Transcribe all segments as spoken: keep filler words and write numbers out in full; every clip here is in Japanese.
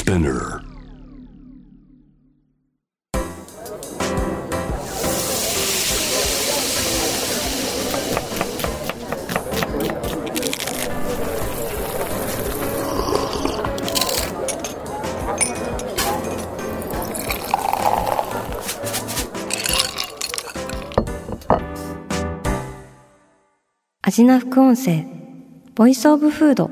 Spinner。 アジナ副音声ボイスオブフード。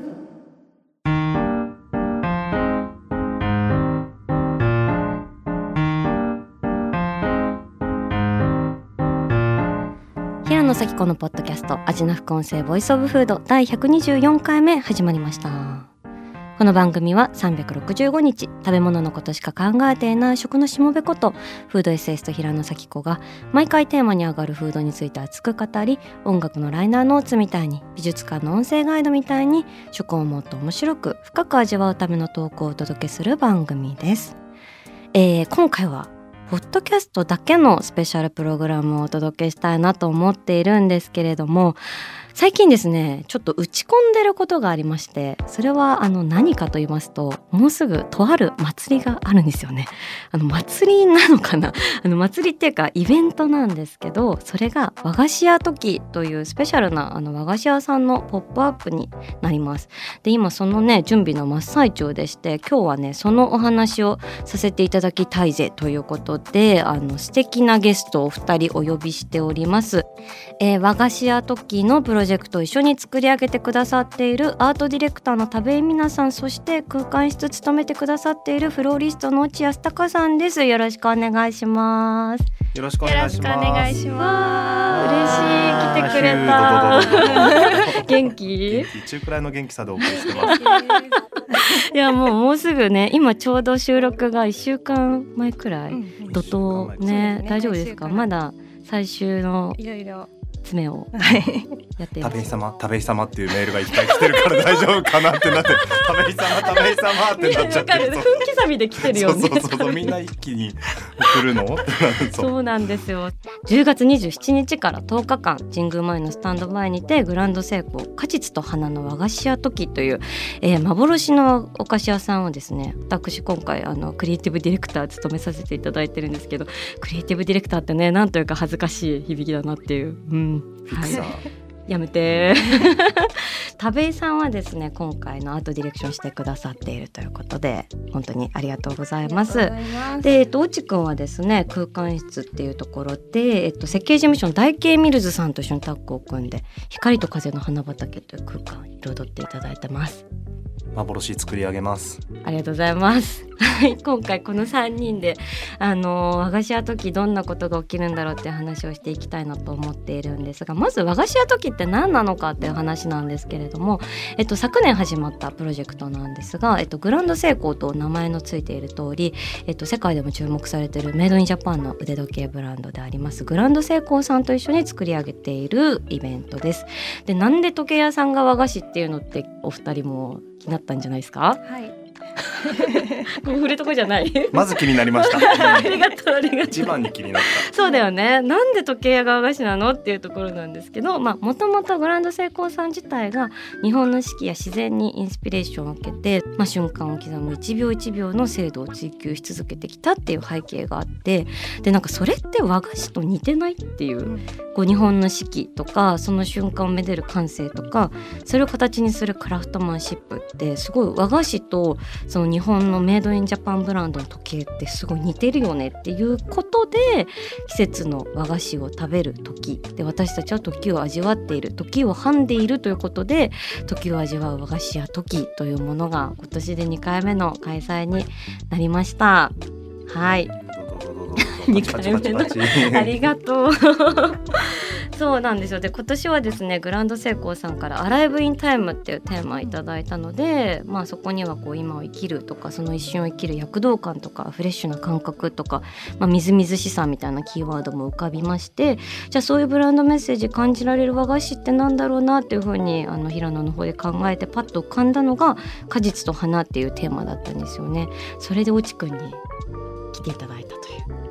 平野咲子のポッドキャストアジナ副音声ボイスオブフードだいひゃくにじゅうよんかいめ始まりました。この番組はさんびゃくろくじゅうごにち食べ物のことしか考えていない食のしもべことフードエッセイスト平野咲子が毎回テーマに上がるフードについて熱く語り、音楽のライナーノーツみたいに美術館の音声ガイドみたいに食をもっと面白く深く味わうための投稿をお届けする番組です。えー、今回はポッドキャストだけのスペシャルプログラムをお届けしたいなと思っているんですけれども、最近ですねちょっと打ち込んでることがありまして、それはあの何かと言いますと、もうすぐとある祭りがあるんですよね。あの祭りなのかなあの祭りっていうかイベントなんですけど、それが和菓子屋時というスペシャルなあの和菓子屋さんのポップアップになります。で今そのね準備の真っ最中でして、今日はねそのお話をさせていただきたいぜということで、あの素敵なゲストをふたりお呼びしております。えー、和菓子屋時のプロジェクトを一緒に作り上げてくださっているアートディレクターの田部井美奈さん、そして空間室務めてくださっているフローリストの落合隆さんです。よろしくお願いします。 よろしくお願いします。 よろしくお願いします。 嬉しい、来てくれた。元気？ 元気、中くらいの元気さでお送りしてます。 いやもうもうすぐね、今ちょうど収録がいっしゅうかんまえくらい、うんうん、怒涛ね、ね、大丈夫ですか？まだ最終のいろいろ詰めをやっています。 田部井様、田部井様っていうメールがいっぱい来てるから大丈夫かなってなって田部井様、田部井様ってなっちゃってる。 分刻みで来てるよね。 そうそうそうそう、みんな一気に来るのってなる。 そうそうなんですよ。じゅうがつにじゅうしちにちからとおかかん神宮前のスタンドバイにてグランドセイコー果実と花の和菓子屋時という、えー、幻のお菓子屋さんをですね、私今回あのクリエイティブディレクター務めさせていただいてるんですけど、クリエイティブディレクターってね、なんというか恥ずかしい響きだなっていう、うん、はい、やめて田部井さんはですね今回のアートディレクションしてくださっているということで本当にありがとうございます。で、えっと、内くんはですね空間室っていうところで、えっと、設計事務所の大慶ミルズさんと一緒にタッグを組んで光と風の花畑という空間を彩っていただいてます。 幻作り上げます。 ありがとうございます。今回このさんにんであの和菓子屋時どんなことが起きるんだろうっていう話をしていきたいなと思っているんですが、まず和菓子屋時って何なのかっていう話なんですけれども、えっと、昨年始まったプロジェクトなんですが、えっと、グランドセイコーと名前のついている通り、えっと、世界でも注目されているメイドインジャパンの腕時計ブランドでありますグランドセイコーさんと一緒に作り上げているイベントです。で、なんで時計屋さんが和菓子っていうのってお二人も気になったんじゃないですか？はい。触れとこじゃないまず気になりましたありがとうありがとう。 一番に気になった。 そうだよね、なんで時計屋が和菓子なのっていうところなんですけど、もともとグランドセイコーさん自体が日本の四季や自然にインスピレーションを受けて、まあ、瞬間を刻む一秒一秒の精度を追求し続けてきたっていう背景があって、でなんかそれって和菓子と似てないっていう、うん、こう日本の四季とかその瞬間をめでる感性とかそれを形にするクラフトマンシップってすごい和菓子とその日本のメイドインジャパンブランドの時計ってすごい似てるよねっていうことで、季節の和菓子を食べる時で私たちは時を味わっている、時をはんでいるということで時を味わう和菓子屋時というものが今年でにかいめの開催になりました。はいにかいめのありがとうそうなんですよ。で今年はですねグランドセイコーさんからアライブインタイムっていうテーマをいただいたので、まあ、そこにはこう今を生きるとかその一瞬を生きる躍動感とかフレッシュな感覚とか、まあ、みずみずしさみたいなキーワードも浮かびまして、じゃあそういうブランドメッセージ感じられる和菓子ってなんだろうなっていうふうにあの平野の方で考えてパッと浮かんだのが果実と花っていうテーマだったんですよね。それでおちくんに来ていただいたという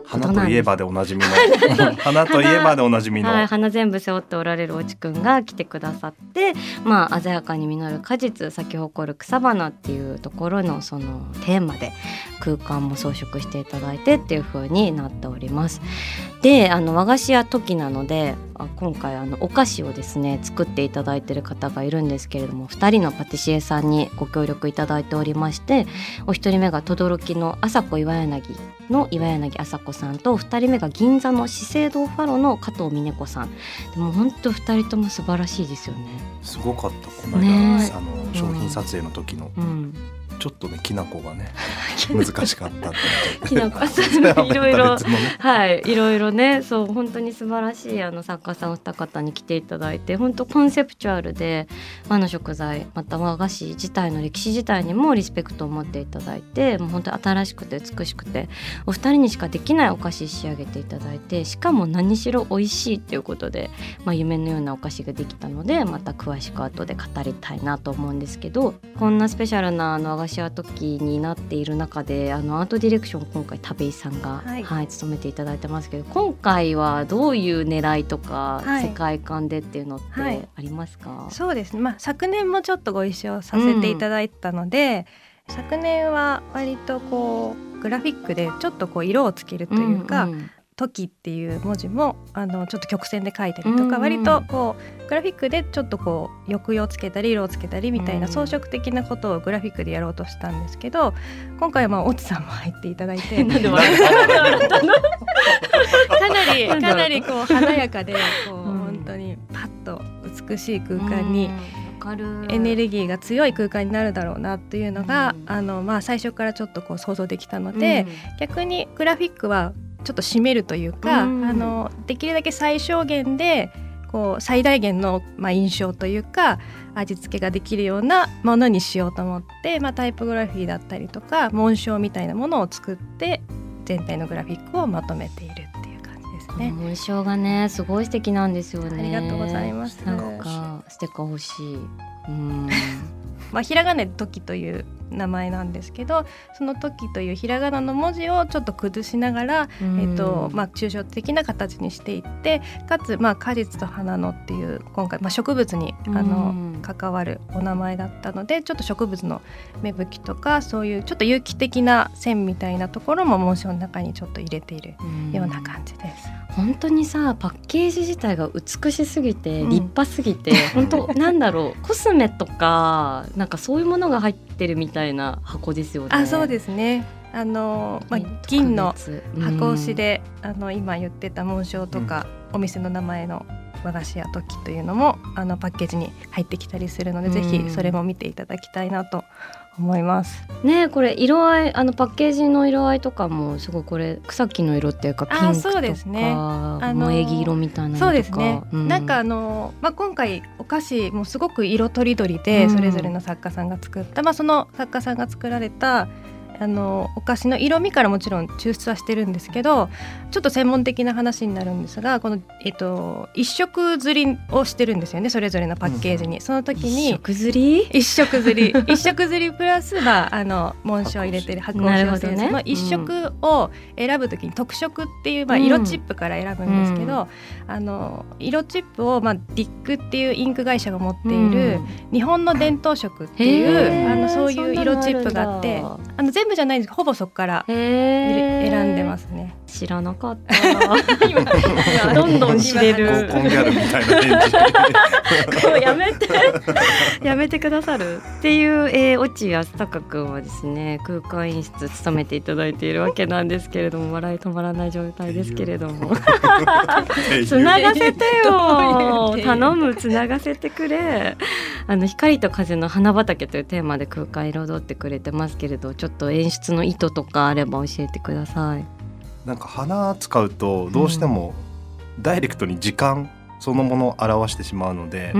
花といえばでおなじみの花といえばでおなじみの、 はい、花全部背負っておられるおちくんが来てくださって、まあ、鮮やかに実る果実咲き誇る草花っていうところのそのテーマで空間も装飾していただいてっていう風になっております。で、あの和菓子屋時なので、あ今回あのお菓子をですね作っていただいている方がいるんですけれども、ふたりのパティシエさんにご協力いただいておりまして、お一人目が轟の朝子岩柳の岩柳朝子さんと、ふたりめが銀座の資生堂ファロの加藤美音子さんで、も本当ふたりとも素晴らしいですよね。 すごかったこの間、 ね、 あの商品撮影の時の、 うん、 ちょっとねきなこがね難しかったってきなこさんいろいろ、はいいろいろね、そう本当に素晴らしいあの作家さんお二方に来ていただいて、本当コンセプチュアルで和の食材また和菓子自体の歴史自体にもリスペクトを持っていただいて、もう本当に新しくて美しくてお二人にしかできないお菓子仕上げていただいて、しかも何しろ美味しいっていうことで、まあ、夢のようなお菓子ができたので、また詳しく後で語りたいなと思うんですけど、こんなスペシャルなあの和菓子屋時になっている中で、あのアートディレクション今回田部井さんが、はいはい、務めていただいてますけど、今回はどういう狙いとか、はい、世界観でっていうのってありますか？ はい、そうですね、まあ、昨年もちょっとご一緒させていただいたので、うん、昨年は割とこうグラフィックでちょっとこう色をつけるというか、うんうん、時っていう文字もあのちょっと曲線で書いたりとか、うんうん、割とこうグラフィックでちょっとこう抑揚つけたり色をつけたりみたいな装飾的なことをグラフィックでやろうとしたんですけど、今回はまあオツさんも入っていただいてなんで笑ったのかなりかなりこう華やかでこう、うん、本当にパッと美しい空間に、エネルギーが強い空間になるだろうなっていうのが、うん、あのまあ最初からちょっとこう想像できたので、うん、逆にグラフィックはちょっと締めるというか、うん、あのできるだけ最小限でこう最大限の、まあ、印象というか味付けができるようなものにしようと思って、まあ、タイポグラフィーだったりとか紋章みたいなものを作って全体のグラフィックをまとめているっていう感じですね。 紋章がねすごい素敵なんですよね。 ありがとうございます。 なんかステッカー欲しい。うんまあ、ひらがなで時という名前なんですけど、その時というひらがなの文字をちょっと崩しながら、えーとまあ、抽象的な形にしていって、かつ、まあ、果実と花のっていう今回、まあ、植物にあの関わるお名前だったので、ちょっと植物の芽吹きとかそういうちょっと有機的な線みたいなところも紋章の中にちょっと入れているような感じです。 本当にさパッケージ自体が美しすぎて立派すぎて、うん、本当なんだろうコスメとかなんかそういうものが入ってるみたいな箱ですよね。 あ、そうですね。あの、まあ、銀の箱押しで、うん、あの今言ってた紋章とか、うん、お店の名前の和菓子屋時というのもあのパッケージに入ってきたりするので、うん、ぜひそれも見ていただきたいなと思いますね。これ色合いあのパッケージの色合いとかもすごいこれ草木の色っていうかピンクとかあそうです、ね、萌え木色みたいなのとかそうですね、うん、なんかあの、まあ、今回お菓子もすごく色とりどりでそれぞれの作家さんが作った、うんまあ、その作家さんが作られたあのお菓子の色味からもちろん抽出はしてるんですけど、ちょっと専門的な話になるんですが、この、えっと、一色刷りをしてるんですよね、それぞれのパッケージに、うん、その時に一色刷り一色刷り一色刷りプラス、まあ、あの紋章を入れてる白押しをする、ね、その一色を選ぶ時に特色っていう、まあ、色チップから選ぶんですけど、うん、あの色チップを、まあ、ディックっていうインク会社が持っている、うん、日本の伝統色っていうあのそういう色チップがあって、あの全部じゃないんですけどほぼそこから選んでますね。 知らなかった今どんどん知れるコンギャルみたいな返事やめてやめてくださるっていう、えー、落合康隆くんはですね空間演出務めていただいているわけなんですけれども、笑い止まらない状態ですけれどもつながせてよ頼む、つながせてくれ。あの光と風の花畑というテーマで空間彩ってくれてますけれど、ちょっと演出の意図とかあれば教えてください。 なんか花使うとどうしてもダイレクトに時間そのものを表してしまうので、うん、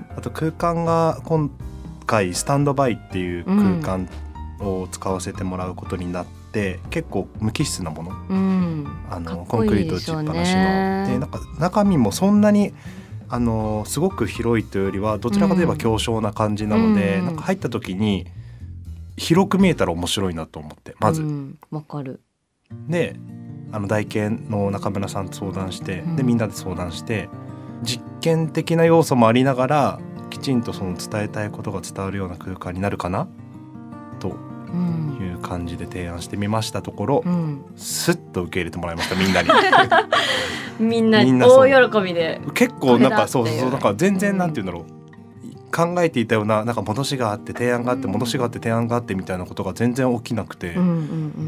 あと空間が今回スタンドバイっていう空間を使わせてもらうことになって、うん、結構無機質なもの、うん、あのコンクリート打ちっぱなしので、なんか中身もそんなにあのすごく広いというよりはどちらかといえば狭小な感じなので、うん、なんか入った時に広く見えたら面白いなと思ってまず、 うん、わかる。 であの台形の中村さんと相談して、でみんなで相談して実験的な要素もありながらきちんとその伝えたいことが伝わるような空間になるかなという感じで提案してみましたところ、うん、スッと受け入れてもらいました。みんなにみんな大喜びで結構なんかそうそうなんか全然なんていうんだろう、考えていたようななんか戻しがあって提案があって戻しがあって提案があってみたいなことが全然起きなくて、うんうんうん、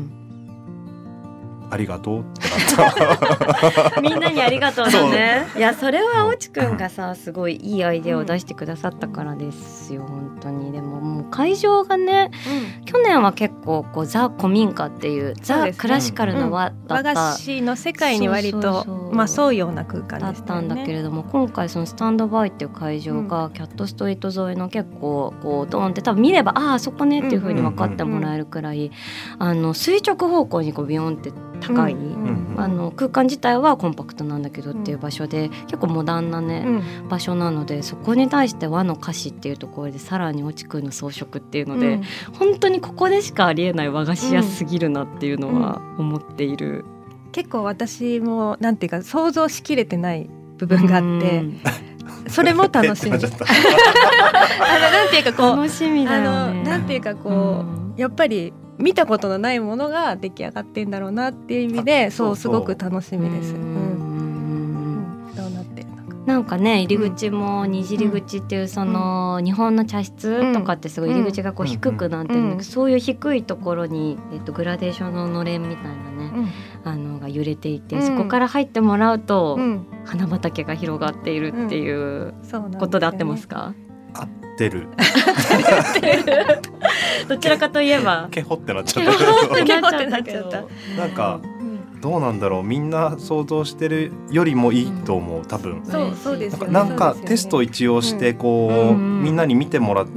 ありがとうってなったみんなにありがとうだね。いやそれはおちくんがさすごいいいアイデアを出してくださったからですよ、本当に。でももう会場がね、うん、去年は結構こうザ古民家っていうザクラシカルな和だった、 うん、和菓子の世界に割とそうそうそう、まあ、沿うような空間でしたよね。 だったんだけれども、今回そのスタンドバイっていう会場がキャットストリート沿いの結構こうドーンって多分見ればああそこねっていう風に分かってもらえるくらい、あの垂直方向にこうビヨンって高い、うんうん、あの空間自体はコンパクトなんだけどっていう場所で、うん、結構モダンなね、うん、場所なので、そこに対して和の菓子っていうところでさらにおちくんの装飾っていうので、うん、本当にここでしかありえない和菓子屋すぎるなっていうのは思っている、 うん、結構私もなんていうか想像しきれてない部分があって、うん、それも楽しみあのなんていうかこう楽しみだよね。 あのなんていうかこう、うん、やっぱり見たことのないものが出来上がってんだろうなっていう意味で、そうすごく楽しみです。うんうん、どうなってるのか。 なんかね入り口も虹入り口っていうその日本の茶室とかってすごい入り口がこう低くなってるんだけど、そういう低いところにえっとグラデーションののれんみたいなね、あのが揺れていて、そこから入ってもらうと花畑が広がっているっていうことで合ってますか？ 合ってるどちらかといえばケホってなっちゃったケホってなっちゃったなんかどうなんだろう、みんな想像してるよりもいいと思う、多分。 そうそうですよね。 なんかテスト一応してこう、うん、みんなに見てもらって、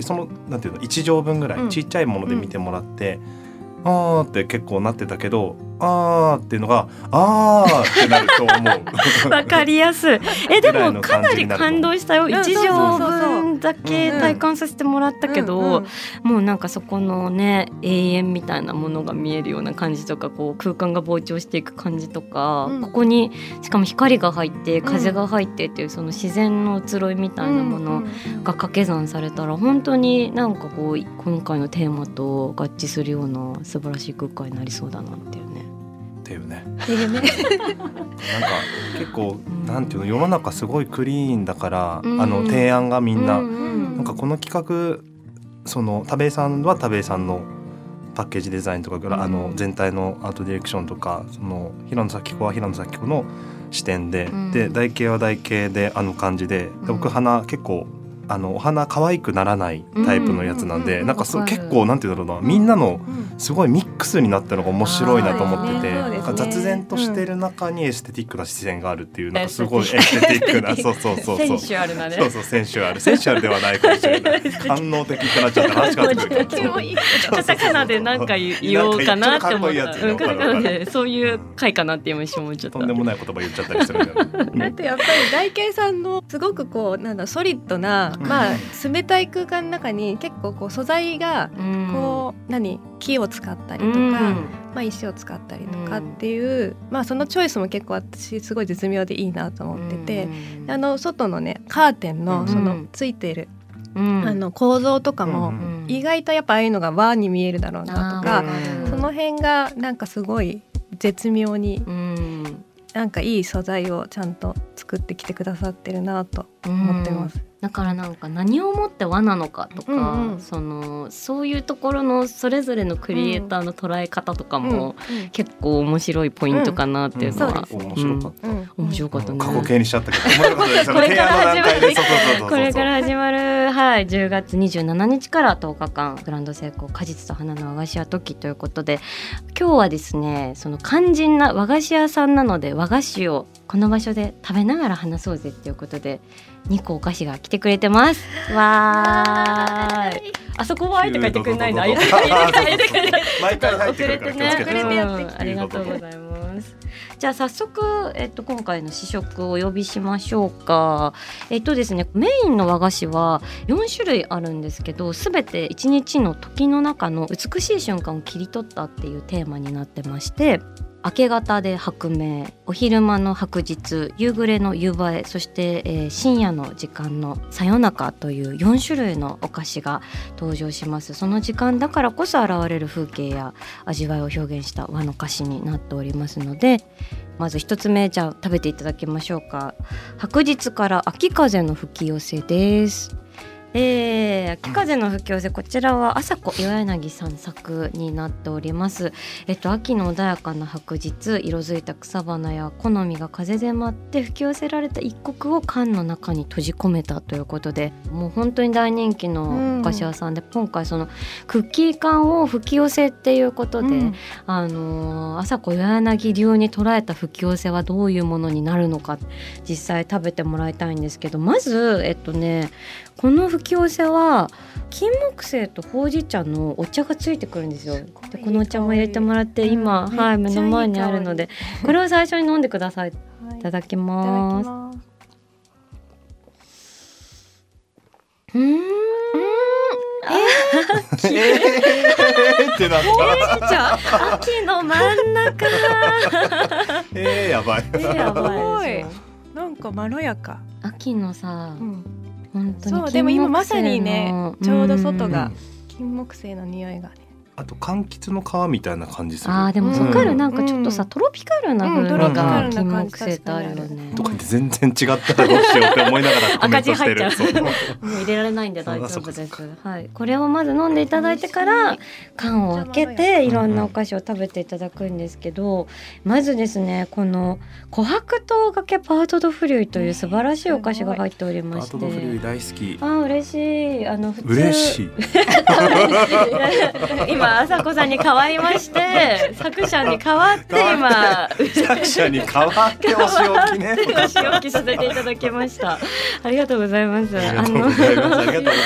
そのなんていうのいち畳分ぐらい、うん、ちっちゃいもので見てもらって、うん、あーって結構なってたけど、あーっていうのがあーってなると思う。 わかりやすい。えでもかなり感動したよ。一畳分だけ体感させてもらったけど、うんうんうん、もうなんかそこのね永遠みたいなものが見えるような感じとか、こう空間が膨張していく感じとか、うん、ここにしかも光が入って風が入ってっていうその自然の移ろいみたいなものが掛け算されたら、本当になんかこう今回のテーマと合致するような素晴らしい空間になりそうだなっていうね。 っていうね。なんか結構なんていうの、世の中すごいクリーンだから、うん、あの提案がみんな、うん、なんかこの企画、その田部井さんは田部井さんのパッケージデザインとか、うん、あの全体のアートディレクションとか、その平野咲子は平野咲子の視点で、うん、で台形は台形であの感じで、で僕花結構あのお花可愛くならないタイプのやつなんで、うん、なんかそ結構なんていうんだろうな、みんなのすごいミックスになったのが面白いなと思ってて、なんか雑然としてる中にエステティックな視線があるっていう、なんかすごいエステティックなそうそうそうそうセンシュアルなね、 そうそうセンシュアルセンシュアルではないかもしれない官能的ってなっちゃった話が出てくるカタカナで何か言おうかなって思った、うん、カタカナでそういう回かなって今一瞬思っちゃった。 とんでもない言葉言っちゃったりするんだよね。あとやっぱり大慶さんのすごくこうなんだソリッドな、まあ冷たい空間の中に結構こう素材がこう、うん、何木を使ったりとか、うんまあ、石を使ったりとかっていう、うんまあ、そのチョイスも結構私すごい絶妙でいいなと思ってて、うん、あの外のねカーテンのそのついてる、うん、あの構造とかも意外とやっぱああいうのが和に見えるだろうなとか、うん、その辺がなんかすごい絶妙に、うん、なんかいい素材をちゃんと作ってきてくださってるなと思ってます。 だからなんか何をもって和なのかとか、うんうん、そのそういうところのそれぞれのクリエイターの捉え方とかも結構面白いポイントかなっていうのは、 うんうん、面白かった、うん、 面白かったね。 過去形にしちゃったけど面白かったです。 これから始まるこれから始まる、はい、じゅうがつにじゅうしちにちからとおかかんグランドセイコー果実と花の和菓子屋トキということで、今日はですねその肝心な和菓子屋さんなので和菓子をこの場所で食べながら話そうぜっていうことでにこお菓子が来てくれてます。わーい、あそこはあえて書いてくれないの。毎回入ってくるから気をつけて、 ありがとうございます。じゃあ早速、えっと、今回の試食をお呼びしましょうか。えっとですね、メインの和菓子はよんしゅるいあるんですけど、すべていちにちの時の中の美しい瞬間を切り取ったっていうテーマになってまして、 明け方で白明、お昼間の白日、夕暮れの夕映え、そして、えー、深夜の時間のさよなかというよん種類のお菓子が登場します。その時間だからこそ現れる風景や味わいを表現した和の菓子になっておりますので、まず一つ目、じゃあ食べていただきましょうか。白日から秋風の吹き寄せです。えー、秋風の吹き寄せ、こちらは朝子岩柳さん作になっております。えっと、秋の穏やかな白日、色づいた草花や木の実が風で舞って吹き寄せられた一刻を缶の中に閉じ込めたということで、もう本当に大人気のお菓子屋さんで、うん、今回そのクッキー缶を吹き寄せっていうことで、うん、あのー、朝子岩柳流に捉えた吹き寄せはどういうものになるのか実際食べてもらいたいんですけど、まずえっとねこの吹き寄せは金木犀とほうじ茶のお茶がついてくるんですよ。でこのお茶も入れてもらって、今、うん、はい、目の前にあるので、これを最初に飲んでください。はい、いただきます。うーん、 えー、ってなった。 秋の真ん中。 えー、やばい。 えー、やばい。 なんかまろやか。 秋のさ、うん、本当にそう、でも今まさにね、ちょうど外が金木犀の匂いがね、 あと柑橘の皮みたいな感じする。 あー、でもわかる、なんかちょっとさ、うん、トロピカルな風味が金木犀ってあるよね。 とかって全然違ったらどうしようって思いながらコメントしてる。 赤字入っちゃう。もう入れられないんで大丈夫です。はい、これをまず飲んでいただいてから缶を開けていろんなお菓子を食べていただくんですけど、まずですね、この琥珀糖がけパートドフリュイという素晴らしいお菓子が入っておりまして、 パートドフリュイ大好き。 あー、嬉しい。あの普通嬉しい。 今朝子さんに変わりまして、作者に変わって今作者に変わってお仕置きね。 お仕置きさせていただきました。ありがとうございます。 ありがとうございます。ありがとうございます。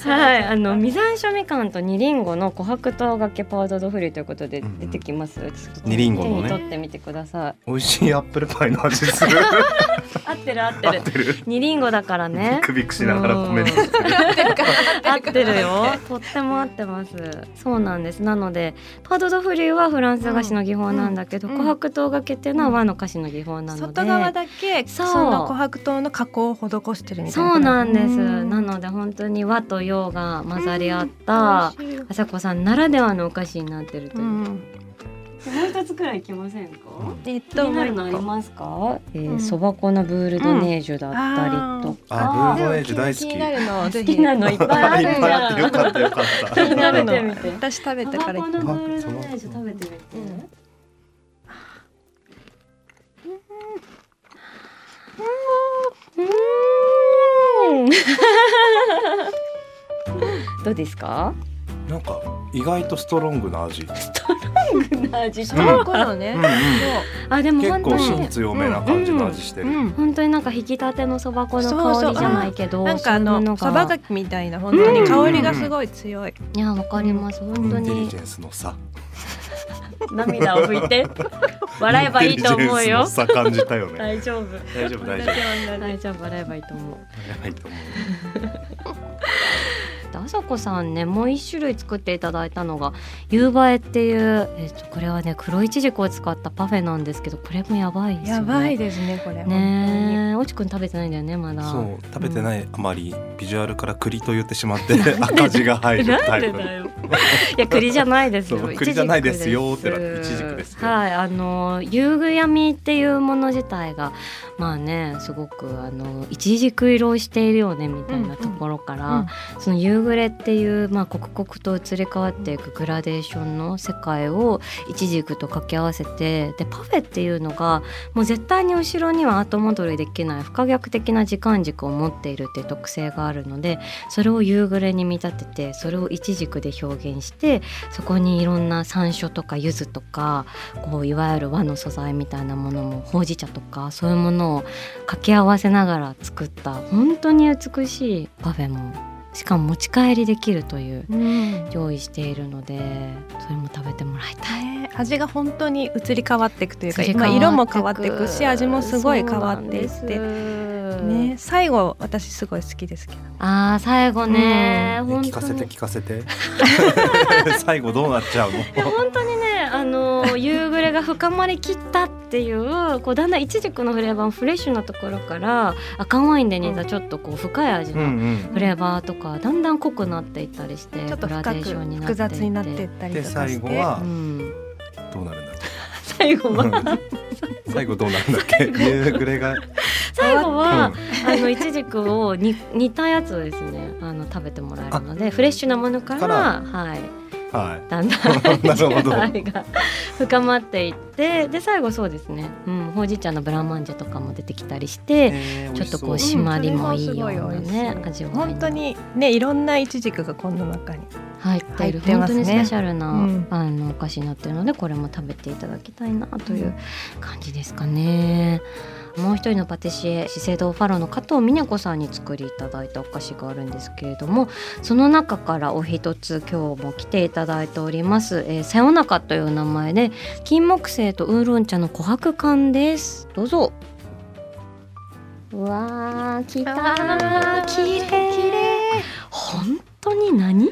はい、あの実山椒みかんと二リンゴの琥珀糖がけパウダードフリーということで出てきます。うんうん、 二リンゴのね。 手に取ってみてください。 美味しいアップルパイの味する。 合ってる合ってる。合ってる。二リンゴだからね。 ビクビクしながらコメントしてる。 合ってるよ。とっても合ってます。そうなんです。なのでパートドフリーはフランス菓子の技法なんだけど、うん、琥珀糖がけっていうのは和の菓子の技法なので、 外側だけその琥珀糖の加工を施してるみたいな。 そうなんです。なので本当に和と洋が混ざり合った朝子さんならではのお菓子になってるという。うん、もう一つくらいいけませんか？えっと、気になるのありますか？えー、そば粉のブールドネージュだったりとか、 うん、あ、ブールドネージュ大好き。 気になるの好きなのいっぱいあるじゃん。 よかったよかった。 気になるの私食べたから。 そば粉のブールドネージュ食べてみて。うん、どうですか？ なんか意外とストロングな味。 ストロングな味。 ストロングのね。 あ、でも結構芯強めな感じの味してる。 うんうん、本当になんか引き立てのそば粉の香りじゃないけど、 そうそう、なんかあのそばがきみたいな本当に香りがすごい強い。 いや、わかります。本当に。 インテリジェンスの差。 涙を拭いて笑えばいいと思うよ。インテリジェンスの差感じたよね。 大丈夫。 大丈夫大丈夫。 大丈夫、笑えばいいと思う。 笑えばいいと思う。 あさこさんね、もう一種類作っていただいたのが夕映えっていう、えー、とこれはね黒いちじくを使ったパフェなんですけど、これもやばいですよね。 やばいですねこれね。おちくん食べてないんだよねまだ。 そう食べてない、うん、あまりビジュアルから栗と言ってしまって赤字が入るタイプ。 なんでだよ。いや栗じゃないですよ。 栗じゃないですよってなっていちじくですよ。 はい、あの夕暮闇っていうもの自体がまあねすごくあのいちじく色をしているよねみたいなところから、うんうん、その夕暮れっていう、まあ、刻々と移り変わっていくグラデーションの世界をいちじくと掛け合わせて、でパフェっていうのがもう絶対に後ろには後戻りできない不可逆的な時間軸を持っているっていう特性があるので、それを夕暮れに見立ててそれをいちじくで表現して、そこにいろんな山椒とか柚子とかこういわゆる和の素材みたいなものもほうじ茶とかそういうものを掛け合わせながら作った本当に美しいパフェも、しかも持ち帰りできるという用意しているので、それも食べてもらいたい、 ね、味が本当に移り変わっていくというか、今色も変わっていくし味もすごい変わっていってね、最後私すごい好きですけど、ね、 あー最後ね、 うん、聞かせて聞かせて最後どうなっちゃうの。 本当にね、ああの夕暮れが深まりきったっていうこうだんだんイチジクのフレーバーもフレッシュなところから赤ワインで煮たちょっとこう深い味のフレーバーとかだんだん濃くなっていったりしてちょっと深く複雑になっていったりとかして、 で最後はどうなるんだっけ最後は最後どうなるんだっけ夕暮れが最後は、うん、あのイチジクを煮煮たやつをですねあの食べてもらえるのでフレッシュなものからはいはい、だんだん愛が深まっていってで最後そうですね、うん、ほうじ茶のブランマンジェとかも出てきたりして、えー、ちょっとこう締まりもいいようなね、うん、味わい本当にねいろんなイチジクがこの中に入っている本当にスペシャルな、うん、あのお菓子になっているのでこれも食べていただきたいなという感じですかね。もう一人のパティシエ資生堂ファロの加藤美奈子さんに作りいただいたお菓子があるんですけれどもその中からお一つ今日も来ていただいております、えー、さよなかという名前で金木犀とウーロン茶の琥珀缶です。どうぞ。うわーきたーきれいきれい本当に何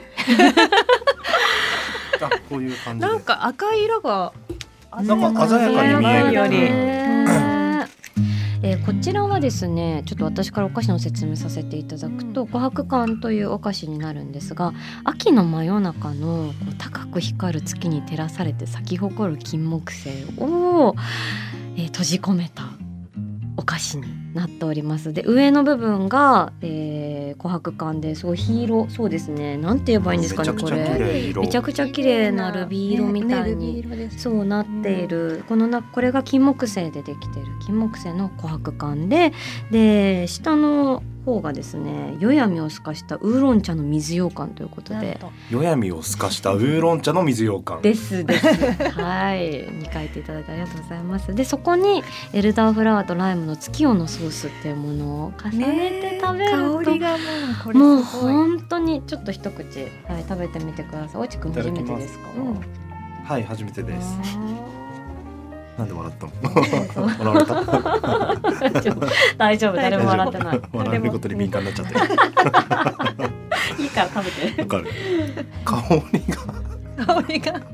あこういう感じでなんか赤い色がなんか鮮やかに見えるよりえー、こちらはですねちょっと私からお菓子の説明させていただくと琥珀缶というお菓子になるんですが秋の真夜中のこう高く光る月に照らされて咲き誇る金木犀を、えー、閉じ込めたお菓子になっております。で上の部分が、えー、琥珀缶でそう黄色そうですねなんて言えばいいんですかねこれめちゃくちゃ綺麗なルビー色みたいに、ねね、そうなっている、うん、このなこれが金木犀でできている金木犀の琥珀缶でで下の方がですねよやみを透かしたウーロン茶の水羊羹ということでよやみを透かしたウーロン茶の水羊羹ですですはいに書いていただいてありがとうございます。でそこにエルダーフラワーとライムの月夜のソースっていうものを重ねて食べると、 ね、香りがもうこれすごいもう本当にちょっと一口、はい、食べてみてください。おちくん初めてですか？うん、 はい初めてです。なんで笑ったの？笑われた？ 大丈夫誰も笑ってない。 笑われることに敏感になっちゃってる。いいから食べて。 わかる。香りが香りが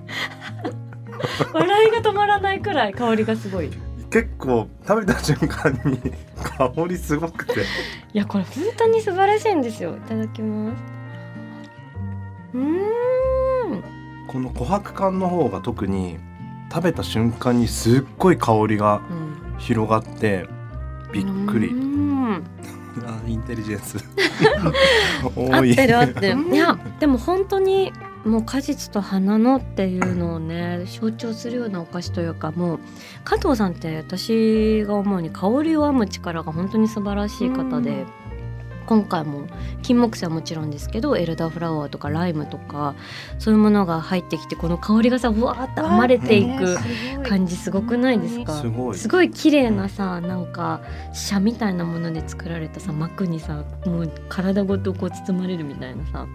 笑いが止まらないくらい香りがすごい。 結構食べた瞬間に香りすごくていやこれ本当に素晴らしいんですよ。いただきます。うーんこの琥珀缶の方が特に食べた瞬間にすっごい香りが広がって、うん、びっくり。うんあインテリジェンス合ってる合ってるいやでも本当にもう果実と花のっていうのをね象徴するようなお菓子というかもう加藤さんって私が思うに香りを編む力が本当に素晴らしい方で今回も金木犀はもちろんですけどエルダーフラワーとかライムとかそういうものが入ってきてこの香りがさうわーって編まれていく感じすごくないですか？ すごいすごい綺麗なさなんか紗みたいなもので作られたさ膜にさもう体ごとこう包まれるみたいなさ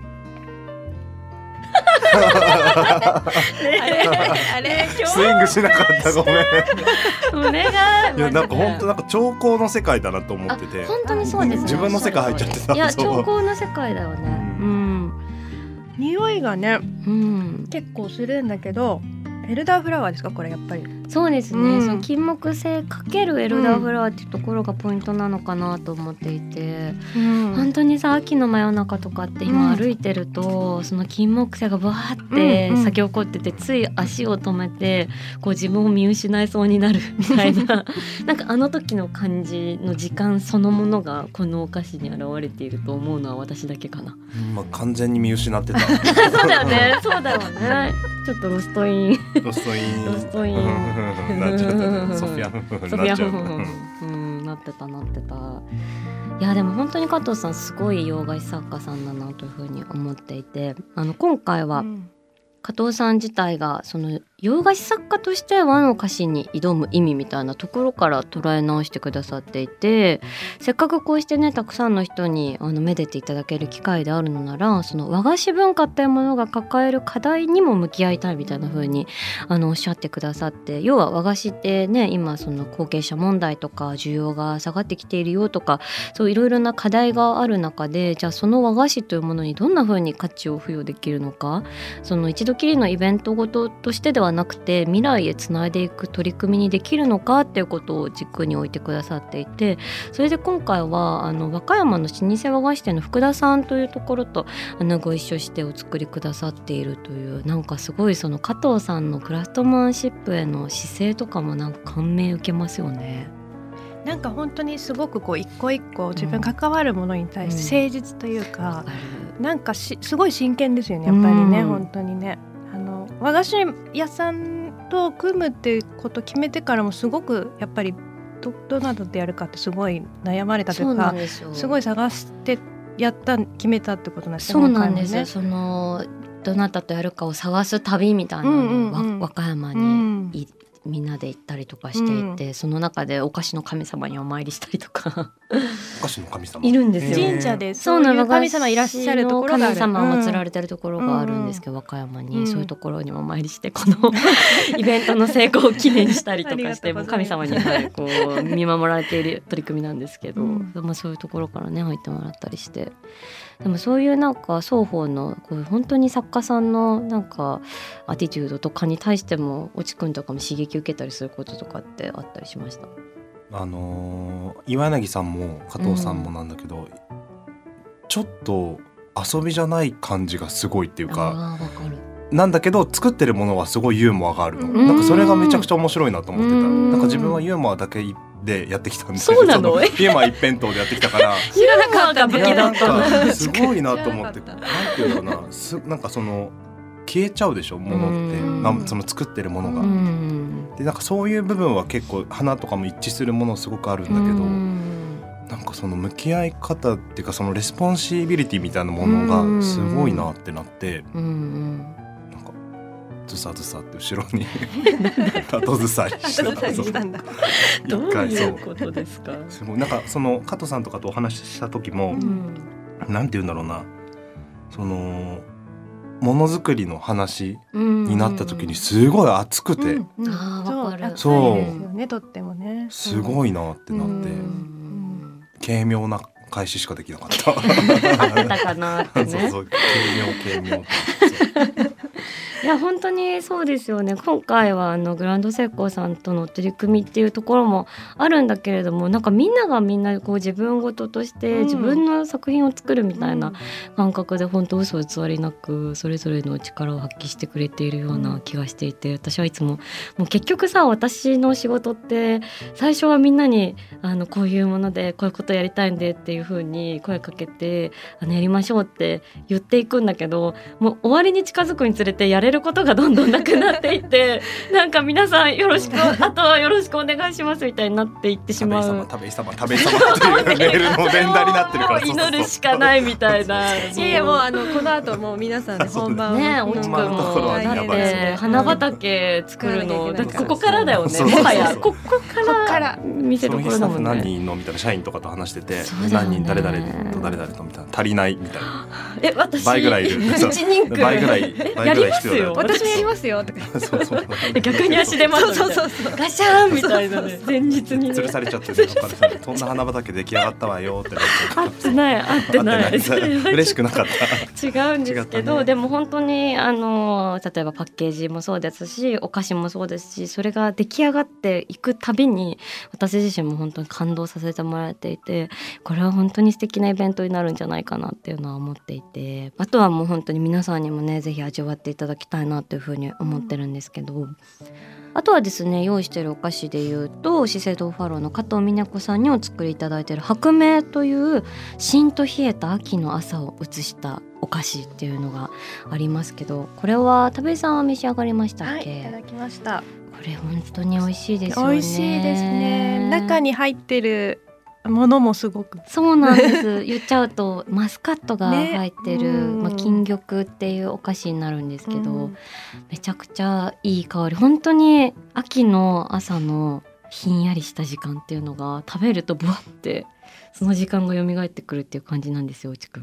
あれあれスイングしなかったごめん胸がいやなんか本当なんか彫刻の世界だなと思ってて本当にそうですね自分の世界入っちゃってたいや彫刻の世界だよね、うん、 匂いがね、 うん、 結構するんだけどエルダーフラワーですかこれやっぱりそうですね、うん、その金木犀かけるエルダーフラワーっていうところがポイントなのかなと思っていて、うん、本当にさ秋の真夜中とかって今歩いてると、うん、その金木犀がバーって咲き起こってて、うんうん、つい足を止めてこう自分を見失いそうになるみたいななんかあの時の感じの時間そのものがこのお菓子に現れていると思うのは私だけかな、 うんまあ、完全に見失ってたそうだよねそうだよねちょっとロストインロストインロストインなっちゃったソフィアソフィアうんなってたなってたいやでも本当に加藤さんすごい洋菓子作家さんだなというふうに思っていてあの今回は、うん加藤さん自体がその洋菓子作家として和の菓子に挑む意味みたいなところから捉え直してくださっていてせっかくこうしてねたくさんの人にあのめでていただける機会であるのならその和菓子文化っていうものが抱える課題にも向き合いたいみたいな風にあのおっしゃってくださって要は和菓子ってね今その後継者問題とか需要が下がってきているよとかそういろいろな課題がある中でじゃあその和菓子というものにどんな風に価値を付与できるのかその一度きりのイベントごととしてでははなくて未来へつないでいく取り組みにできるのかっていうことを軸に置いてくださっていて、それで今回はあの和歌山の老舗和菓子店の福田さんというところとあのご一緒してお作りくださっているという、なんかすごいその加藤さんのクラフトマンシップへの姿勢とかもなんか感銘受けますよね。 なんか本当にすごくこう一個一個自分関わるものに対して誠実というか、うん、なんかしすごい真剣ですよねやっぱりね、うん、本当にね。あの和菓子屋さんと組むっていうことを決めてからもすごくやっぱり ど, どなたでやるかってすごい悩まれたというか、す, すごい探してやった決めたってことなんですね。 そうなんですよ、ね、そのどなたとやるかを探す旅みたいなのを、うんうんうん、和歌山に行って、うんみんなで行ったりとかしていて、うん、その中でお菓子の神様にお参りしたりとかお菓子の神様いるんですよ。 神社でそういう神様いらっしゃるところがある、 神様を祀られてるところがあるんですけど、うん、和歌山に、うん、そういうところにお参りしてこのイベントの成功を記念したりとかしてもう神様に、はい、こう見守られている取り組みなんですけど、うん、まあ、そういうところからね入ってもらったりして、でもそういうなんか双方のこう本当に作家さんのなんかアティチュードとかに対してもおちくんとかも刺激受けたりすることとかってあったりしました？ あのー、岩柳さんも加藤さんもなんだけど、うん、ちょっと遊びじゃない感じがすごいっていうか、 あー、わかる。 なんだけど作ってるものはすごいユーモアがあるの、なんかそれがめちゃくちゃ面白いなと思ってた。なんか自分はユーモアだけでやってきたんで、 そうなの？ ユーモア一辺倒でやってきたから知らなかった武器だったの。 すごいなと思って、なんていうのかな、すなんかその消えちゃうでしょものって、なその作ってるものが。でなんかそういう部分は結構花とかも一致するものすごくあるんだけど、なんかその向き合い方っていうかそのレスポンシビリティみたいなものがすごいなってなって、うんうん、なんかずさずさって後ろに後ずさりしたんだ。 どういうことですか？ すごいなんかその加藤さんとかとお話しした時も、うん、なんて言うんだろうな、そのものづくりの話になった時にすごい熱くて、うんうん、あーわかる。 そうですよね、とってもねすごいなってなって、軽妙な返ししかできなかったあったかなってね。 そうそう軽妙軽妙いや本当にそうですよね。今回はあのグランドセッコーさんとの取り組みっていうところもあるんだけれども、なんかみんながみんなこう自分事として自分の作品を作るみたいな感覚で本当嘘偽りなくそれぞれの力を発揮してくれているような気がしていて、私はいつももう結局さ、私の仕事って最初はみんなにあのこういうものでこういうことやりたいんでっていう風に声かけてあのやりましょうって言っていくんだけど、もう終わりに近づくにつれてやれることがどんどんなくなっていってなんか皆さんよろしくあとはよろしくお願いしますみたいになっていってしまう。 食べ様食べ様食べ様っていうメールの連打になってるから祈るしかないみたいな。いやいやもうあのこの後もう皆さんで本番をね、おちくんもだって花畑作るのだってここからだよね。もはやここから見せどころだもんね。 何人のみたいな社員とかと話してて、何人誰々と誰々とみたいな足りないみたいな。 え私倍ぐらいいる。 一人区倍ぐらい倍ぐらい必要だ。 私もやりますよとかそうそう逆に足出ますみたいな。そうそうそうガシャンみたいなね。前日に吊るされちゃってね。そんな花畑出来上がったわよってなっちゃう。 合ってない合ってない嬉しくなかった。 違うんですけど、ね、でも本当にあの例えばパッケージもそうですしお菓子もそうですし、それが出来上がっていくたびに私自身も本当に感動させてもらえていて、これは本当に素敵なイベントになるんじゃないかなっていうのは思っていて、あとはもう本当に皆さんにもねぜひ味わっていただきたいなというふうに思ってるんですけど、あとはですね用意しているお菓子でいうと資生堂ファローの加藤美奈子さんにお作りいただいている白明というしんと冷えた秋の朝を映したお菓子っていうのがありますけど、これは田部井さんは召し上がりましたっけ？はい、 いただきました。 これ本当に美味しいですよね。 美味しいですね。中に入ってるものもすごくそうなんです言っちゃうとマスカットが入ってる、ねまあ、金玉っていうお菓子になるんですけど、うん、めちゃくちゃいい香り、本当に秋の朝のひんやりした時間っていうのが食べるとブワッてその時間が蘇ってくるっていう感じなんですよ。うちくん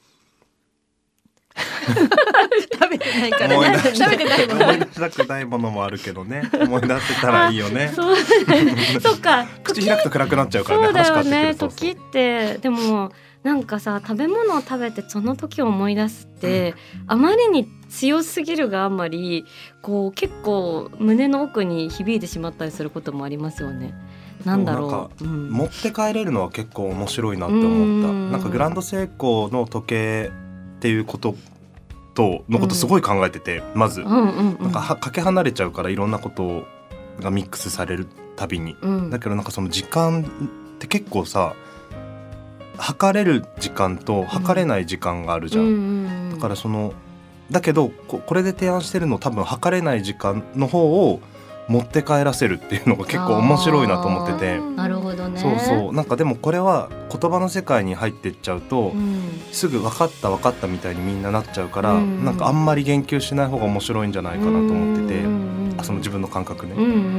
食べてないから、ね、食べてないもの思い出したくないものもあるけどね思い出せたらいいよね。 そうそっか口開くと暗くなっちゃうからね。 そうだよね。時ってでもなんかさ食べ物を食べてその時を思い出すって、うん、あまりに強すぎるがあんまりこう結構胸の奥に響いてしまったりすることもありますよね。なんだろう、 なんか、うん、持って帰れるのは結構面白いなって思った。んなんかグランドセイコーの時計っていうこととのことすごい考えてて、うん、まず、うんうんうん、なんかかけ離れちゃうからいろんなことがミックスされるたびに、うん、だけどなんかその時間って結構さ測れる時間と測れない時間があるじゃん、うん、だからそのだけど こ, これで提案してるの多分測れない時間の方を持って帰らせるっていうのが結構面白いなと思ってて。 なるほどね。 そうそうなんかでもこれは言葉の世界に入ってっちゃうと、うん、すぐ分かった分かったみたいにみんななっちゃうから、うん、なんかあんまり言及しない方が面白いんじゃないかなと思ってて、うん、あその自分の感覚ね、うんうんうん、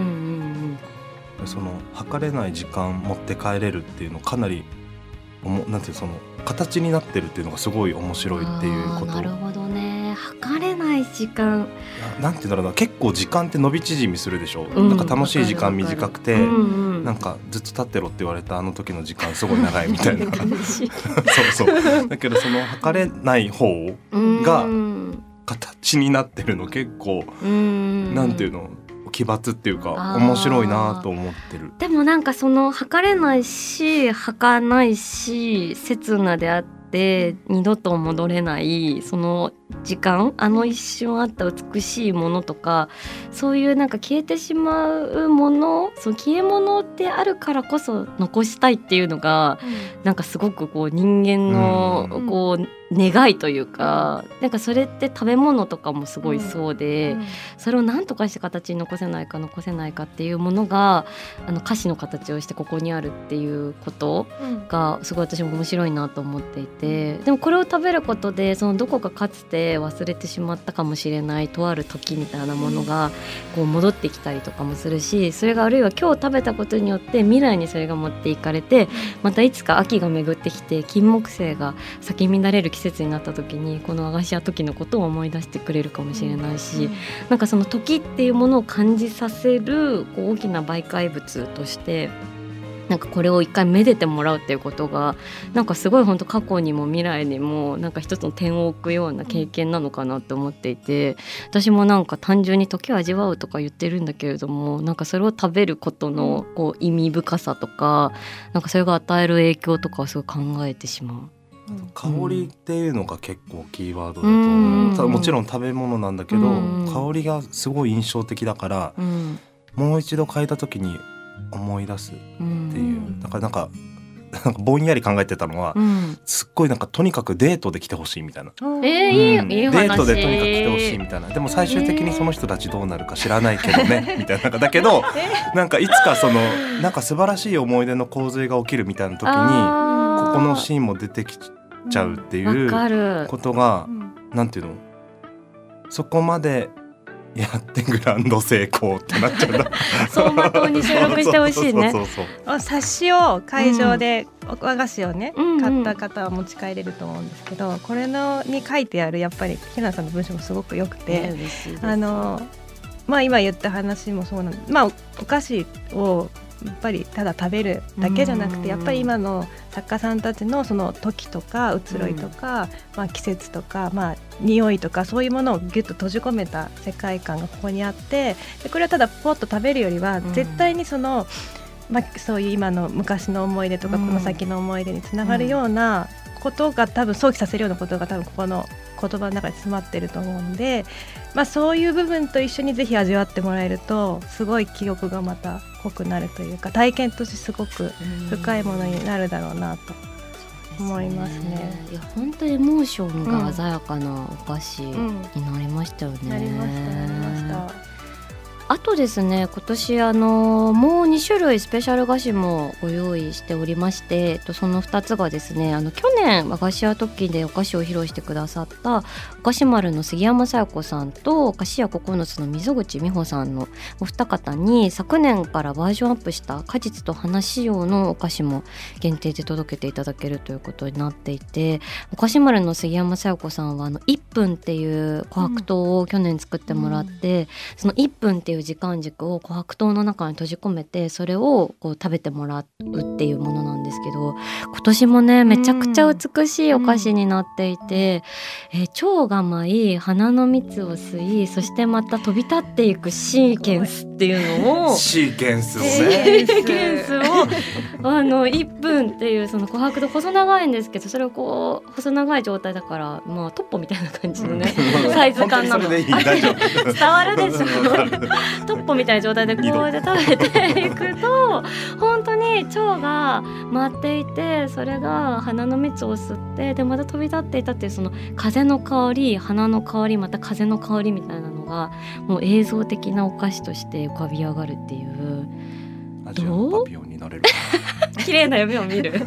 その測れない時間持って帰れるっていうのかなりなんていうその形になってるっていうのがすごい面白いっていうこと。 なるほどね。測れない時間な、なんていうんだろうな、結構時間って伸び縮みするでしょ、うん、なんか楽しい時間短くて、うんうん、なんかずっと立ってろって言われたあの時の時間すごい長いみたいなそうそうだけどその測れない方が形になってるの結構なんていうの奇抜っていうか面白いなと思ってる。 でもなんかその測れないし測らないし刹那であって二度と戻れないその時間、あの一瞬あった美しいものとかそういうなんか消えてしまうもの、その消え物であるからこそ残したいっていうのが、うん、なんかすごくこう人間のこう、うん願いというか、なんかそれって食べ物とかもすごいそうで、うんうん、それを何とかして形に残せないか残せないかっていうものがあの歌詞の形をしてここにあるっていうことがすごい私も面白いなと思っていて、でもこれを食べることでそのどこかかつて忘れてしまったかもしれないとある時みたいなものがこう戻ってきたりとかもするし、それがあるいは今日食べたことによって未来にそれが持っていかれて、またいつか秋が巡ってきて金木犀が咲き乱れる季節になった時にこの和菓子屋時のことを思い出してくれるかもしれないし、うん、なんかその時っていうものを感じさせるこう大きな媒介物としてなんかこれを一回めでてもらうっていうことがなんかすごい本当過去にも未来にもなんか一つの点を置くような経験なのかなって思っていて、私もなんか単純に時を味わうとか言ってるんだけれども、なんかそれを食べることのこう意味深さとかなんかそれが与える影響とかをすごい考えてしまう。 香りっていうのが結構キーワードだと思う、うん、もちろん食べ物なんだけど、うん、香りがすごい印象的だから、うん、もう一度嗅いだ時に思い出すっていう、うん、だからなんかなんかぼんやり考えてたのは、うん、すっごいなんかとにかくデートで来てほしいみたいな、 えーうん、いいいいデートでとにかく来てほしいみたいな、でも最終的にその人たちどうなるか知らないけどね、えー、みたいなだけどなんかいつかそのなんか素晴らしい思い出の洪水が起きるみたいな時にここのシーンも出てきちゃうっていうことが、うん、なんていうのそこまでやってグランド成功ってなっちゃうんだ走馬灯に収録してほしいね。 冊子を会場で和菓子をね、うん、買った方は持ち帰れると思うんですけど、これのに書いてあるやっぱりひなさんの文章もすごく良くて、あの、まあ、今言った話もそうなんです、まあ、お菓子をやっぱりただ食べるだけじゃなくて、やっぱり今の作家さんたちのその時とか移ろいとか、うんまあ、季節とか、まあ、匂いとかそういうものをギュッと閉じ込めた世界観がここにあって、でこれはただポッと食べるよりは絶対にその、うんまあ、そういう今の昔の思い出とかこの先の思い出につながるようなことが多分想起させるようなことが多分ここの言葉の中に詰まってると思うんで、まあ、そういう部分と一緒にぜひ味わってもらえるとすごい記憶がまた濃くなるというか体験としてすごく深いものになるだろうなと思いますね。 いや本当にエモーションが鮮やかなお菓子になりましたよね、うん、 なりましたなりました。 あとですね、今年あのもうに種類スペシャル菓子もご用意しておりまして、そのふたつがですね、あの去年和菓子屋時でお菓子を披露してくださったお菓子丸の杉山さや子さんと菓子屋ここのつの溝口美穂さんのお二方に昨年からバージョンアップした果実と花仕様のお菓子も限定で届けていただけるということになっていて、お菓子丸の杉山さや子さんはあのいっぷんっていう琥珀糖を去年作ってもらって、うん、そのいっぷんっていういう時間軸を琥珀糖の中に閉じ込めて、それをこう食べてもらうっていうものなんですけど、今年もねめちゃくちゃ美しいお菓子になっていて、うんえー、腸が舞い花の蜜を吸い、そしてまた飛び立っていくシーケンスっていうのをシーケンスをねシーケンスをあのいっぷんっていうその琥珀糖細長いんですけど、それをこう細長い状態だから、まあトッポみたいな感じのね、うん、サイズ感なの。 本当にそれでいい、大丈夫伝わるでしょトッポみたいな状態でこうやって食べていくと本当に腸が舞っていて、それが花の蜜を吸って、でまた飛び立っていたっていう、その風の香り、花の香り、また風の香りみたいなのがもう映像的なお菓子として浮かび上がるっていう。 アジアのパピオンになれる綺麗な夢を見る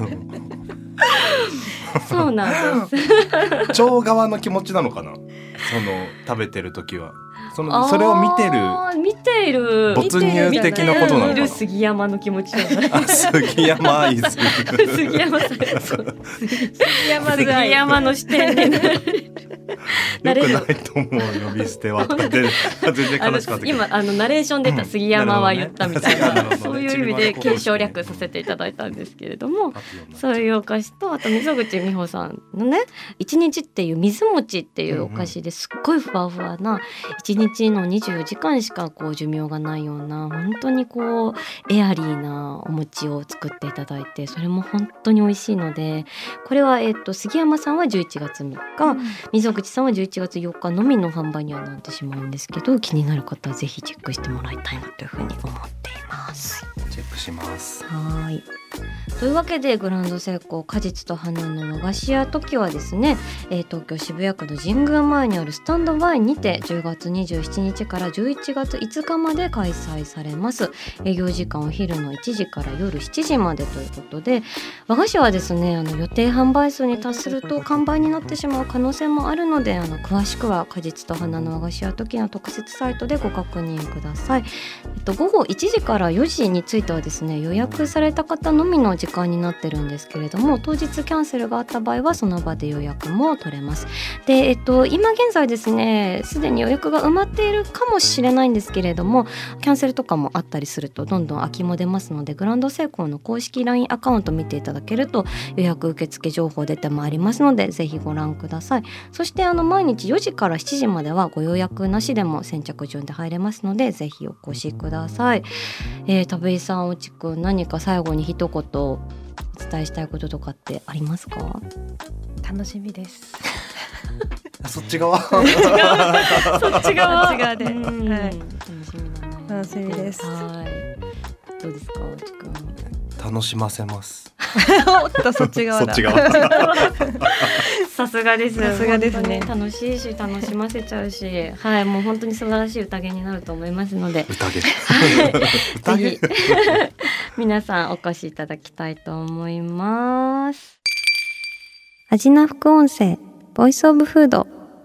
そうなんです腸側の気持ちなのかな、その食べてる時はそのそれを見てる見ている没入的なことなのかな。 見る杉山の気持ちじゃないあ、杉山イズ杉山さんそう杉山杉山の視点でよくないと思う呼び捨ては全然悲しかったけど、 今あのナレーション出た杉山は言ったみたいな、うんね、そういう意味で継承略させていただいたんですけれども、そういうお菓子と、あと溝口美穂さんのね一日っていう水餅っていうお菓子ですっごいふわふわな、一日のにじゅうよじかんしかこう寿命がないような本当にこうエアリーなお餅を作っていただいて、それも本当に美味しいので、これは、えー、と杉山さんはじゅういちがつみっか、うん、溝口さんはじゅういちがつよっかのみの販売にはなってしまうんですけど、気になる方はぜひチェックしてもらいたいなというふうに思っています。 チェックします。 はい、というわけでグランドセイコー果実と花の和菓子屋時はですね、えー、東京渋谷区の神宮前にあるスタンドバイにてじゅうがつにじゅうしちにちからじゅういちがついつかまで開催されます。営業時間お昼のいちじから夜しちじまでということで、和菓子はですねあの予定販売数に達すると完売になってしまう可能性もあるので、あの詳しくは果実と花の和菓子屋時の特設サイトでご確認ください。えっと、午後いちじからよじについてはですね予約された方のみの時間になってるんですけれども、当日キャンセルがあった場合はその場で予約も取れます。で、えっと、今現在ですねすでに予約が埋まっているかもしれないんですけれども、キャンセルとかもあったりするとどんどん空きも出ますので、グランドセイコーの公式 ライン アカウント見ていただけると予約受付情報出てまいりますので、ぜひご覧ください。そしてあの毎日よじからしちじまではご予約なしでも先着順で入れますので、ぜひお越しください。えー、田部井さん、おちくん、何か最後に一言お伝えしたいこととかってありますか？ 楽しみですそっち側そっち側そっち側で、はい、 楽しみだな。 楽しみです。 はい、どうですか、おちくん。 楽しませますおっとそっち側だそっち側さすがです。 さすがですね。 楽しいし楽しませちゃうし、はい、もう本当に素晴らしい宴になると思いますので、 宴ぜひ皆さんお越しいただきたいと思います。アジナ副音声ボイスオブフード。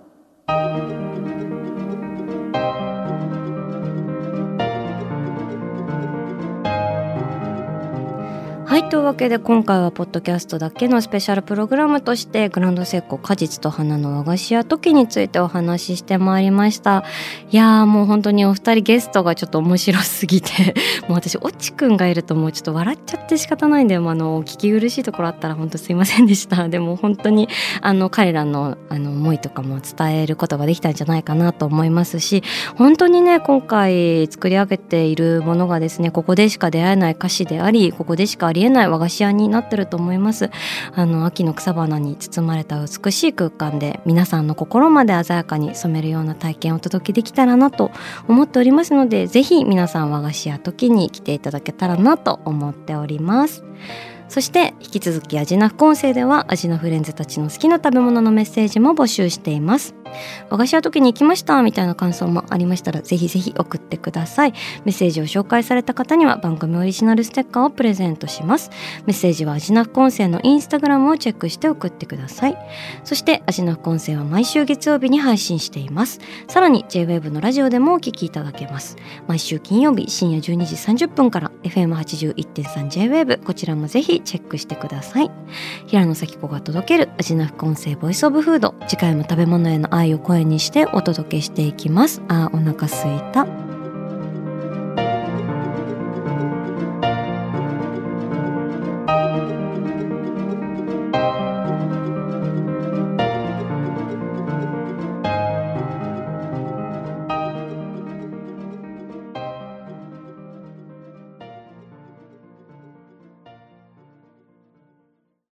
はい、というわけで今回はポッドキャストだけのスペシャルプログラムとしてグランドセイコー果実と花の和菓子屋時についてお話ししてまいりました。いやーもう本当にお二人ゲストがちょっと面白すぎてもう私おちくんがいるともうちょっと笑っちゃって仕方ないんで、もうあの聞き苦しいところあったら本当すいませんでした。でも本当にあの彼らのあの思いとかも伝えることができたんじゃないかなと思いますし、本当にね今回作り上げているものがですねここでしか出会えない菓子であり、ここでしかありえない和菓子屋になってると思います。あの秋の草花に包まれた美しい空間で皆さんの心まで鮮やかに染めるような体験をお届けできたらなと思っておりますので、ぜひ皆さん和菓子屋時に来ていただけたらなと思っております。そして引き続きアジナ副音声ではアジナフレンズたちの好きな食べ物のメッセージも募集しています。和菓子屋時に行きましたみたいな感想もありましたらぜひぜひ送ってください。メッセージを紹介された方には番組オリジナルステッカーをプレゼントします。メッセージはアジナ副音声のインスタグラムをチェックして送ってください。そしてアジナ副音声は毎週月曜日に配信しています。さらに ジェイウェーブ のラジオでもお聞きいただけます。毎週金曜日深夜じゅうにじさんじゅっぷんから エフエムはちじゅういってんさん ジェイウェーブ、 こちらもぜひチェックしてください。平野咲子が届けるアジナ副音声ボイスオブフード、次回も食べ物への愛を声にしてお届けしていきます。あーお腹すいた。